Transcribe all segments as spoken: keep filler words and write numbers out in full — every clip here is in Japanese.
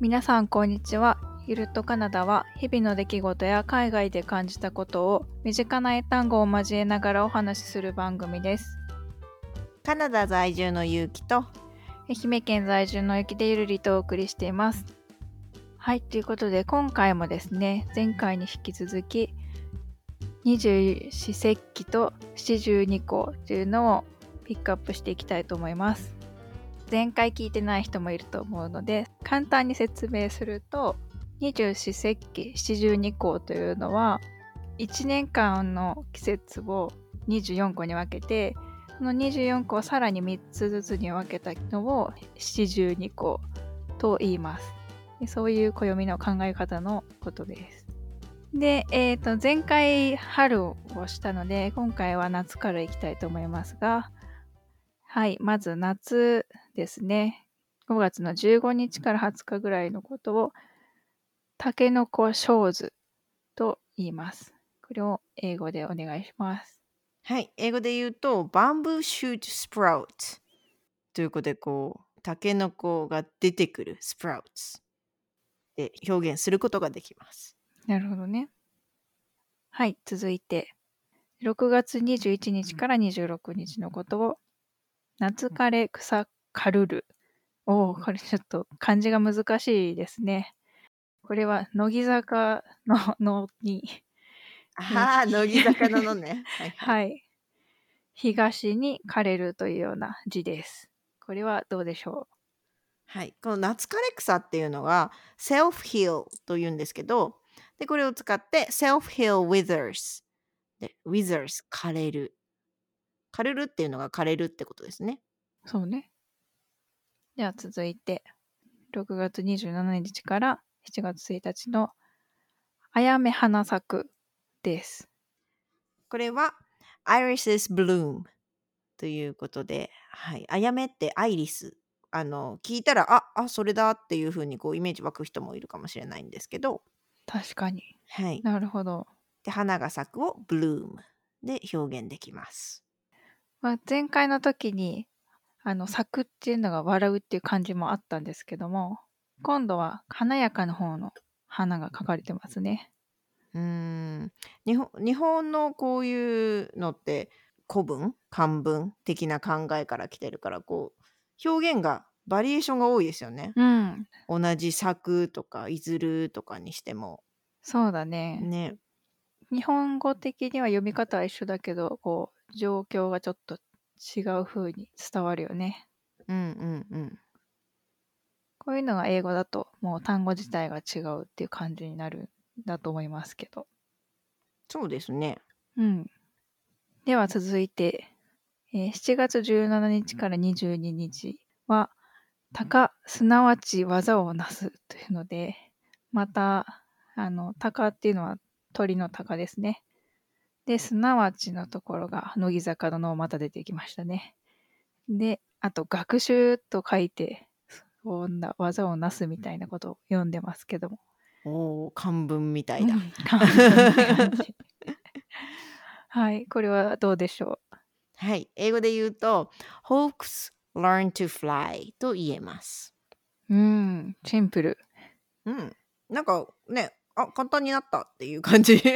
皆さんこんにちは。ゆるっとカナダは日々の出来事や海外で感じたことを身近な英単語を交えながらお話しする番組です。 カナダ在住のゆうきと愛媛県在住のゆきでゆるりとお送りしています。はい、ということで今回もですね、前回に引き続き二十四節気と七十二候というのをピックアップしていきたいと思います。前回聞いてない人もいると思うので簡単に説明すると、二十四節気七十二候というのはいちねんかんの季節をにじゅうよんこに分けて、そのにじゅうよんこをさらにみっつずつに分けたのを七十二候と言います。でそういう暦の考え方のことです。で、えーと、前回春をしたので今回は夏からいきたいと思いますが、はい、まず夏ですね。ごがつのじゅうごにちからはつかぐらいのことをタケノコショーズと言います。これを英語でお願いします。 はい、英語で言うとバンブーシュートスプラウトということで、こうタケノコが出てくるスプラウトで表現することができます。 なるほどね。はい、続いてろくがつにじゅういちにちからにじゅうろくにちのことを夏枯れ草カルル。おお、これちょっと漢字が難しいですね。これは乃木坂ののに、 ああ、乃木坂ののね。はいはい。 はい、東に枯れるというような字です。これはどうでしょはい、この夏枯れ草っていうのが self-heal というんですけど、でこれを使って self-heal withers で withers 枯れる枯れるっていうのが枯れるってことですね。 う。そうね。では続いてろくがつにじゅうしちにちからしちがつついたちのあやめ花咲くです。 これは irises bloom ということで、はい、あやめってアイリス、あの聞いたらああそれだっていう風にこうイメージ湧く人もいるかもしれないんですけど、 確かに。 はい、 なるほど。 で花が咲くを bloom で表現できます。 まあ、前回の時にあの咲くっていうのが笑うっていう感じもあったんですけども、今度は華やかな方の花が描かれてますね。 うーん日本日本のこういうのって古文漢文的な考えから来てるから、こう表現がバリエーションが多いですよね。 うん、 同じ咲くとかいずるとかにしてもそうだね。 ね。 日本語的には読み方は一緒だけど、こう状況がちょっと違う風に伝わるよね。 うんうんうん。 こういうのが英語だともう単語自体が違うっていう感じになるんだと思いますけど。 そうですね。 うん。では続いて、えーしちがつじゅうしちにちからにじゅうににちは、鷹、すなわち技をなすというので、また、あの、鷹っていうのは鳥の鷹ですね。で、すなわちのところが乃木坂ののまた出てきましたね。で、あと、学習と書いて、そんな技をなすみたいなことを読んでますけども。 おお、漢文みたいだ。 うん、漢文って感じ。はい、これはどうでしょう。 はい、英語で言うと Hawks learn to fly と言えます。 うん、シンプル。 うん、なんかね、あ、簡単になったっていう感じ。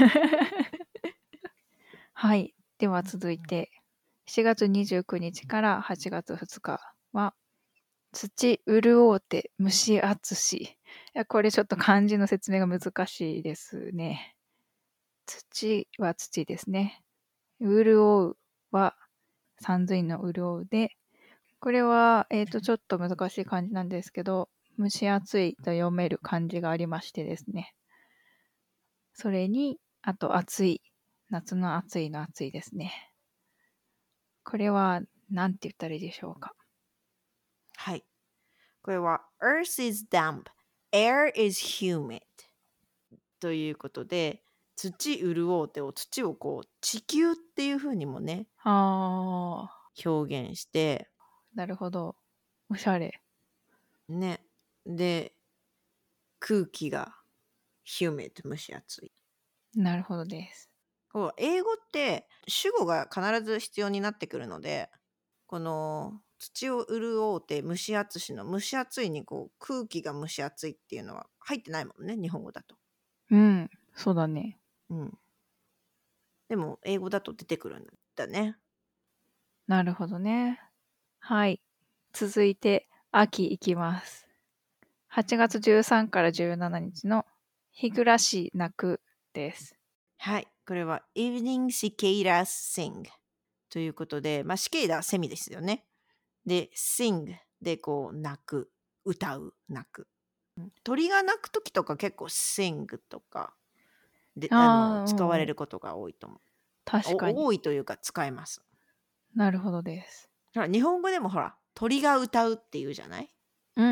はい。では続いて、しがつにじゅうくにちからはちがつふつかは、土潤うて蒸し暑し。いや、これちょっと漢字の説明が難しいですね。土は土ですね。潤うは三髄の潤うで、これは、えっと、ちょっと難しい漢字なんですけど、蒸し暑いと読める漢字がありましてですね。それに、あと暑い。夏の暑いの暑いですね。これは何て言ったらいいでしょうか。 はい。これは Earth is damp, air is humid ということで、土潤うてを土をこう地球っていう風にもね、 あ表現して、 ー、なるほど。おしゃれ。 ね。で、空気が humid 蒸し暑い。 なるほどです。 こう英語って主語が必ず必要になってくるので、この土を潤うて蒸し暑しの蒸し暑いにこう空気が蒸し暑いっていうのは入ってないもんね、日本語だと。 うん、そうだね。 うん。でも英語だと出てくるんだね。 なるほどね。はい。続いて、秋いきます。はちがつじゅうさんからじゅうしちにちの日暮らし泣くです。 はい。これは Evening Cicadas Sing ということで、まあ、シケイダ、セミですよね。で、sing でこう鳴く、歌う、鳴く。鳥が鳴くときとか結構 sing とかであのああ、う使わんうん。 れることが多いと思う。 確かに。 お多いというか使えます。 なるほどです。 ほら日本語でもほら鳥が歌うっていうじゃない？ うんうん。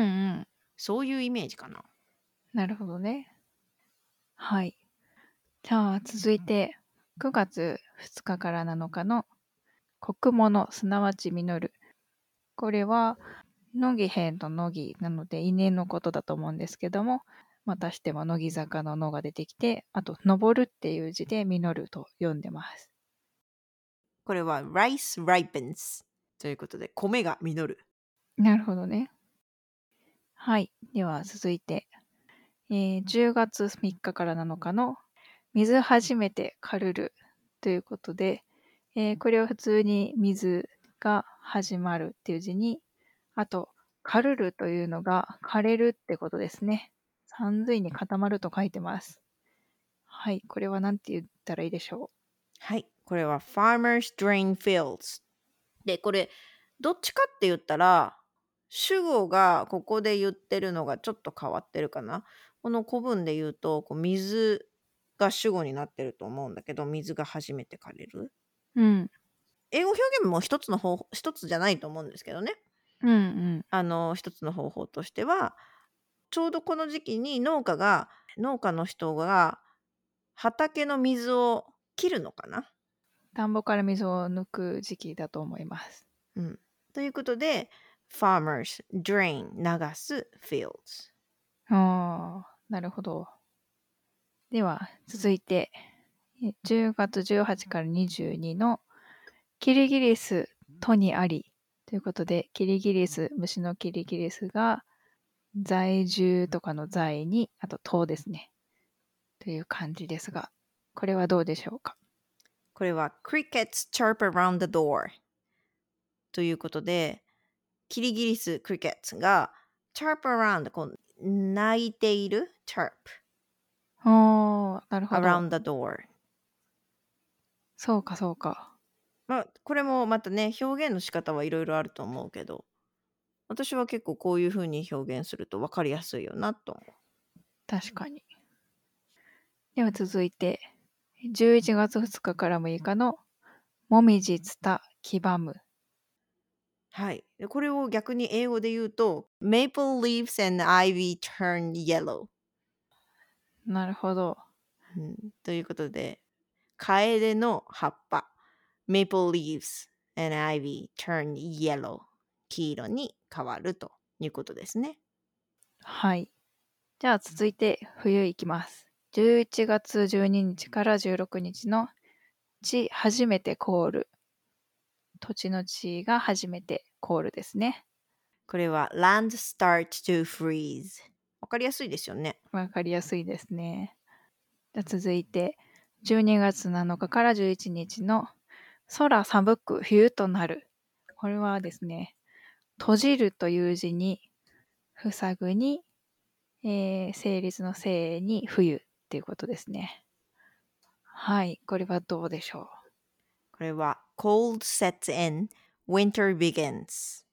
そういうイメージかな。 なるほどね。はい。じゃあ続いて、くがつふつかからなのかの国物、すなわち実る。これは、乃木編と乃木なので稲のことだと思うんですけども、またしても乃木坂ののが出てきて、あと、登るっていう字で実ると読んでます。 これは rice ripens ということで米が実る。 なるほどね。はい。では続いて、えーじゅうがつみっかからなのかの水初めて枯るるということで、えーこれは普通に水が始まるっていう字に、あと、枯るるというのが枯れるってことですね。三髄に固まると書いてます。はい。これは何て言ったらいいでしょはい。これは farmers drain fields。で、これ、どっちかって言ったら、主語がここで言ってるのがちょっと変わってるかな。この古文で言うと、こう水が主語になってると思うんだけど、水が初めて枯れる。 う。うん。 英語表現も一つの方法、一つじゃないと思うんですけどね。 うんうん。 あの、一つの方法としては、ちょうどこの時期に農家が、農家の人が畑の水を切るのかな。 田んぼから水を抜く時期だと思います。 うん。ということで、farmers drain 流す fields。 ああ、なるほど。では、続いて、えじゅうがつじゅうはちからにじゅうにのキリギリス、都にありということで、キリギリス、虫のキリギリスが在住とかの在に、あと島ですね。という感じですが、これはどうでしょうか？ これは crickets chirp around the door ということで、キリギリス crickets が chirp around こう鳴いている chirp おー、なるほど。 around the door。 そうかそうか。 まあ、これもまたね、表現の仕方はいろいろあると思うけど、私は結構こういう風に表現すると分かりやすいよなと思う。 確かに。では続いて、じゅういちがつふつかかからむいかのもみじつた黄ばむ。 はい。でこれを逆に英語で言うと、Maple leaves and ivy turn yellow、 なるほど。 うん、ということで、カエデの葉っぱ、Maple leaves and ivy turn yellow、黄色に変わるということですね。 はい。じゃあ続いて冬いきます。じゅういちがつじゅうににちからじゅうろくにちの地初めて凍る。土地の地が初めて凍るですね。 これは Land start to freeze。わかりやすいですよね。 わかりやすいですね。じゃあ続いてじゅうにがつなのかかからじゅういちにちの空寒く冬となる。これはですね、閉じるという字に、塞ぐに、えー、成立のせいに冬っていうことですね。はい、これはどうでしょう。 これは Cold sets in, winter begins。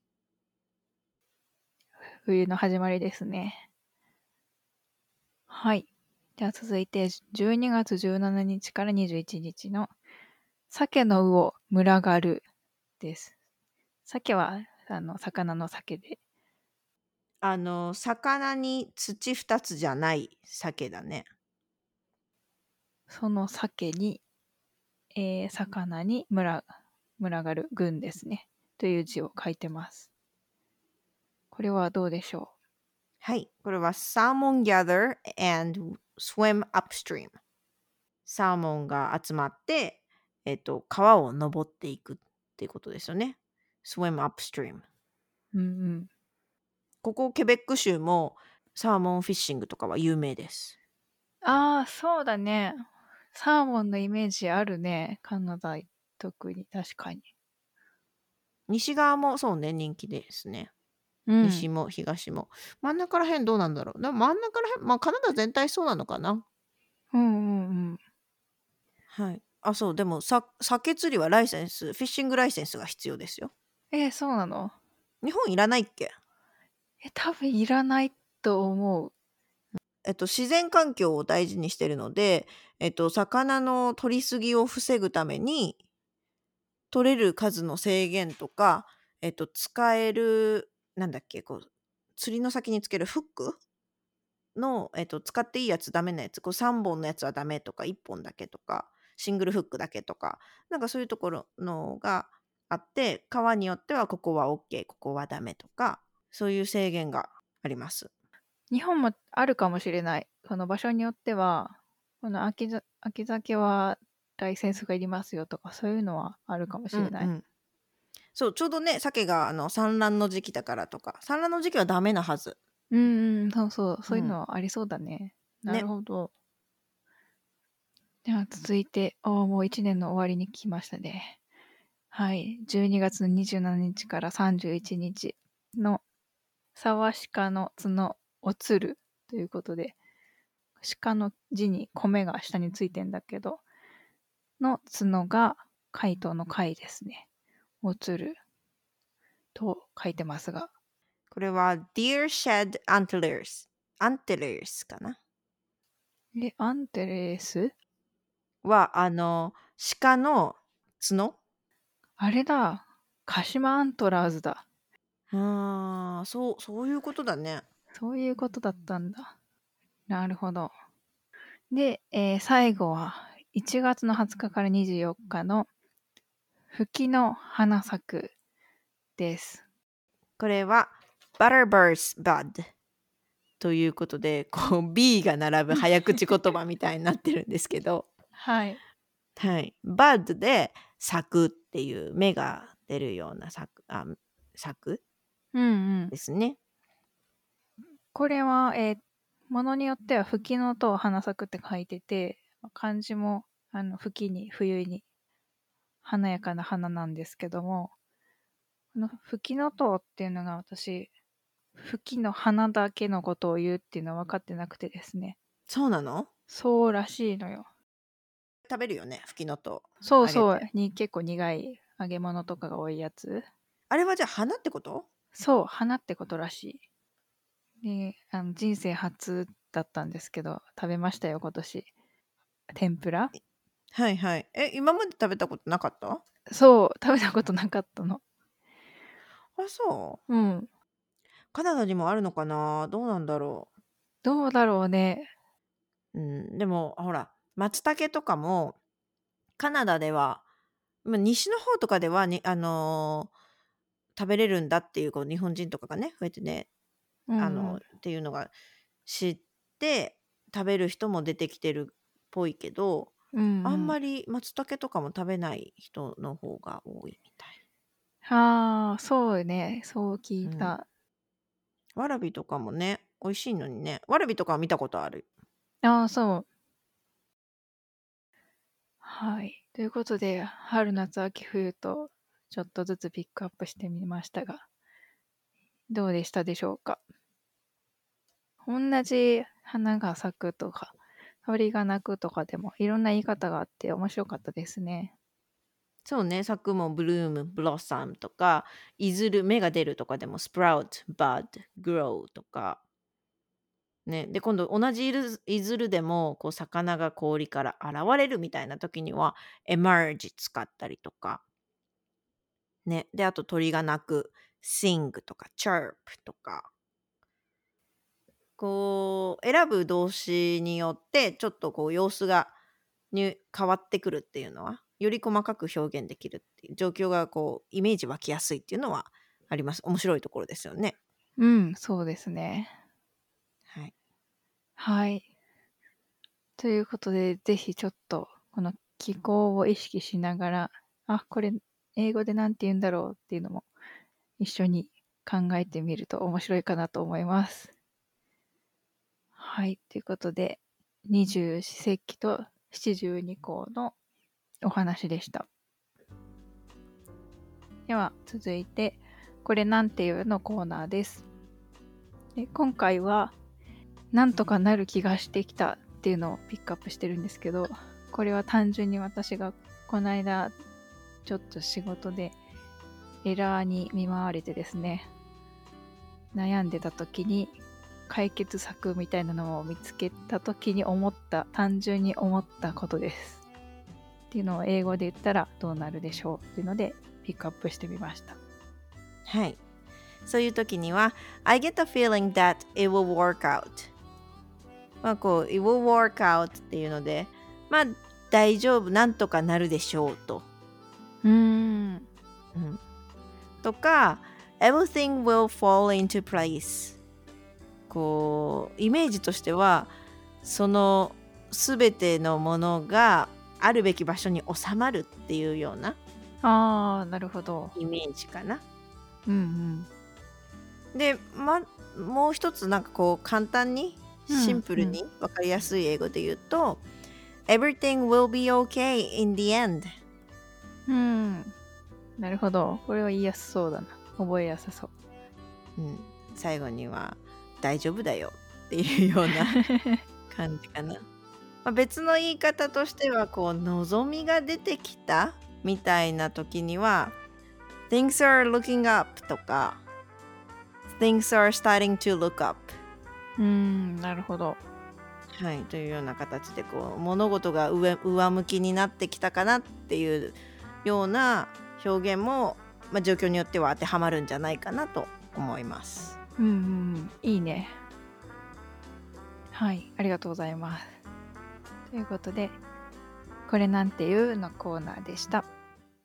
冬の始まりですね。はい。じゃあ続いてじゅうにがつじゅうしちにちからにじゅういちにちの鮭の魚群がるです。鮭はあの魚の鮭で、 あの、魚に土二つじゃない鮭だね。 その鮭に、えー魚に群ら群がる群ですね。という字を書いてます。これはどうでしょはい。これは Salmon gather and swim upstream。サーモンが集まって、えっと、川を登っていくっていうことですよね。swim upstream。 うんうん。 ここケベック州もサーモンフィッシングとかは有名です。 ああ、そうだね。サーモンのイメージあるね。カナダ、特に確かに。 西側もそうね、人気ですね。 うん。 西も東も。真ん中ら辺どうなんだろう。でも真ん中ら辺、まあカナダ全体そうなのかな。 うんうんうん。 はい。あ、そう、でもさ、鮭釣りはライセンス、フィッシングライセンスが必要ですよ。 えー、そうなの？ 日本いらないっけ？ え、多分いらないと思う。 えっと、自然環境を大事にしてるので、えっと、魚の取りすぎを防ぐために、取れる数の制限とか、えっと、使える、なんだっけ、こう、釣りの先につけるフックの、えっと、使っていいやつ、ダメなやつ、こうさんぼんのやつはダメとか、いっぽんだけとか、シングルフックだけとか、なんかそういうところのがあって、川によってはここは OK、ここはダメとか、そういう制限があります。 日本もあるかもしれない。その場所によっては、この秋ざ秋鮭はライセンスがいりますよとか、そういうのはあるかもしれない。 うんうん。そう、ちょうどね、鮭があの産卵の時期だからとか、産卵の時期はダメなはず。 うんうん、そうそう、そういううん。 のはありそうだね。なるね。 ほど。では続いて、おーもういちねんの終わりに来ましたね。はい。じゅうにがつのにじゅうしちにちからさんじゅういちにちのサワシカの角おつるということで、鹿の字に米が下についてんだけど、の角が怪盗の怪ですね。おつると書いてますが。 これは Deer Shed Antlers。Antlers かなえ、アンテレースは、あの、鹿の角あれだ。鹿島アントラーズだ。 ああ、そう、そういうことだね。 そういうことだったんだ。なるほど。で、えー最後はいちがつのはつかからにじゅうよっかの吹きの花咲くです。 これは Butterburst Bud ということで、こう B が並ぶ早口言葉みたいになってるんですけど、 はい。 はい。Bud で咲くっていう芽が出るような咲く、あ、咲くうんうん。 ですね。 これは、えーものによっては吹きの音を花咲くって書いてて、漢字もあの吹きに冬に華やかな花なんですけども、この吹きの塔っていうのが私、吹きの花だけのことを言うっていうのは分かってなくてですね。 そうなの？ そうらしいのよ。 食べるよね、フキノトウそうそう、 揚げて。 に結構苦い揚げ物とかが多いやつ。 あれはじゃあ花ってこと？ そう、花ってことらしい。で、あの人生初だったんですけど、食べましたよ、今年。天ぷらはいはい。え、今まで食べたことなかった？ そう、食べたことなかったの。 あ、そう。 うん。 カナダにもあるのかな？どうなんだろどうだろうね。 う。うん、でもほら、松茸とかもカナダでは、ま、西の方とかではにあの、食べれるんだっていうこう日本人とかがね、増えてね、 うんあの、 うん。 っていうのが知って、食べる人も出てきてるっぽいけど、 うんあんうん。 まり松茸とかも食べない人の方が多いみたい。 ああ、そうね。そう聞うん。 いた。 わらびとかもね、美味しいのにね。わらびとかは見たことある。 ああ、そう。はい。ということで、春夏秋冬とちょっとずつピックアップしてみましたが、どうでしたでしょうか。同じ花が咲くとか、鳥が鳴くとかでもいろんな言い方があって面白かったですね。 そうね、咲くもブルーム、ブロッサムとか、いずる、芽が出るとかでもスプラウト、バッド、グローとか、ね。で、今度同じいるいずるでも、こう魚が氷から現れるみたいな時には、emerge 使ったりとか、ね。で、あと鳥が鳴く、sing とか chirp とか、こう選ぶ動詞によってちょっとこう様子がに変わってくるっていうのは、より細かく表現できるっていう状況がこうイメージ湧きやすいっていうのはあります。面白いところですよね。 うん、そうですね。 はい。 はい。ということで、ぜひちょっとこの気候を意識しながら、あ、これ英語でなんて言うんだろうっていうのも一緒に考えてみると面白いかなと思います。はい、ということで二十四節気と七十二候のお話でした。では続いてこれなんていうのコーナーです。で今回はなんとかなる気がしてきたっていうのをピックアップしてるんですけど、これは単純に私がこの間ちょっと仕事でエラーに見舞われてですね、悩んでた時に解決策みたいなのを見つけた時に思った単純に思ったことですっていうのを英語で言ったらどうなるでしょうっていうのでピックアップしてみました。 はい。そういう時には I get the feeling that it will work out。まあこう it will work out っていうので、まあ大丈夫、なんとかなるでしょうと。 うーん。 うん、とか everything will fall into place。こうイメージとしてはそのすべてのものがあるべき場所に収まるっていうようなあー、なるほど。 イメージかな。 うんで、ま、もう一つなんかこう簡単にうん。 シンプルに分かりやすい英語で言うと、Everything will be okay in the end。 うん。うん。なるほど。これは言いやすそうだな。覚えやすそう。 うん、最後には大丈夫だよっていうような感じかな。まあ、別の言い方としてはこう望みが出てきたみたいな時には Things are looking up とか Things are starting to look up。 うーん、なるほど。 はい、というような形でこう物事が上上向きになってきたかなっていうような表現も、まあ、状況によっては当てはまるんじゃないかなと思います。 うんうんうん。いいね。はい、ありがとうございます。ということで、これなんていうのコーナーでした。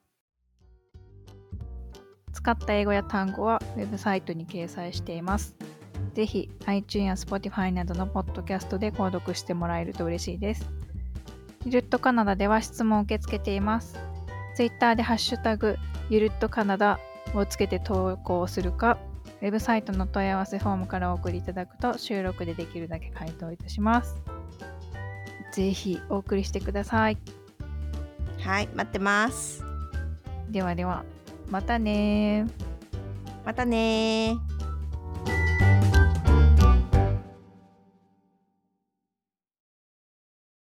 使った英語や単語はウェブサイトに掲載しています。ぜひ iTunes や Spotify などのポッドキャストで購読してもらえると嬉しいです。ゆるっとカナダでは質問を受け付けています。Twitter でハッシュタグゆるっとカナダをつけて投稿するか、ウェブサイトの問い合わせフォームからお送りいただくと収録でできるだけ回答いたします。ぜひお送りしてください。 はい、待ってます。 ではでは、またねー。 またねー。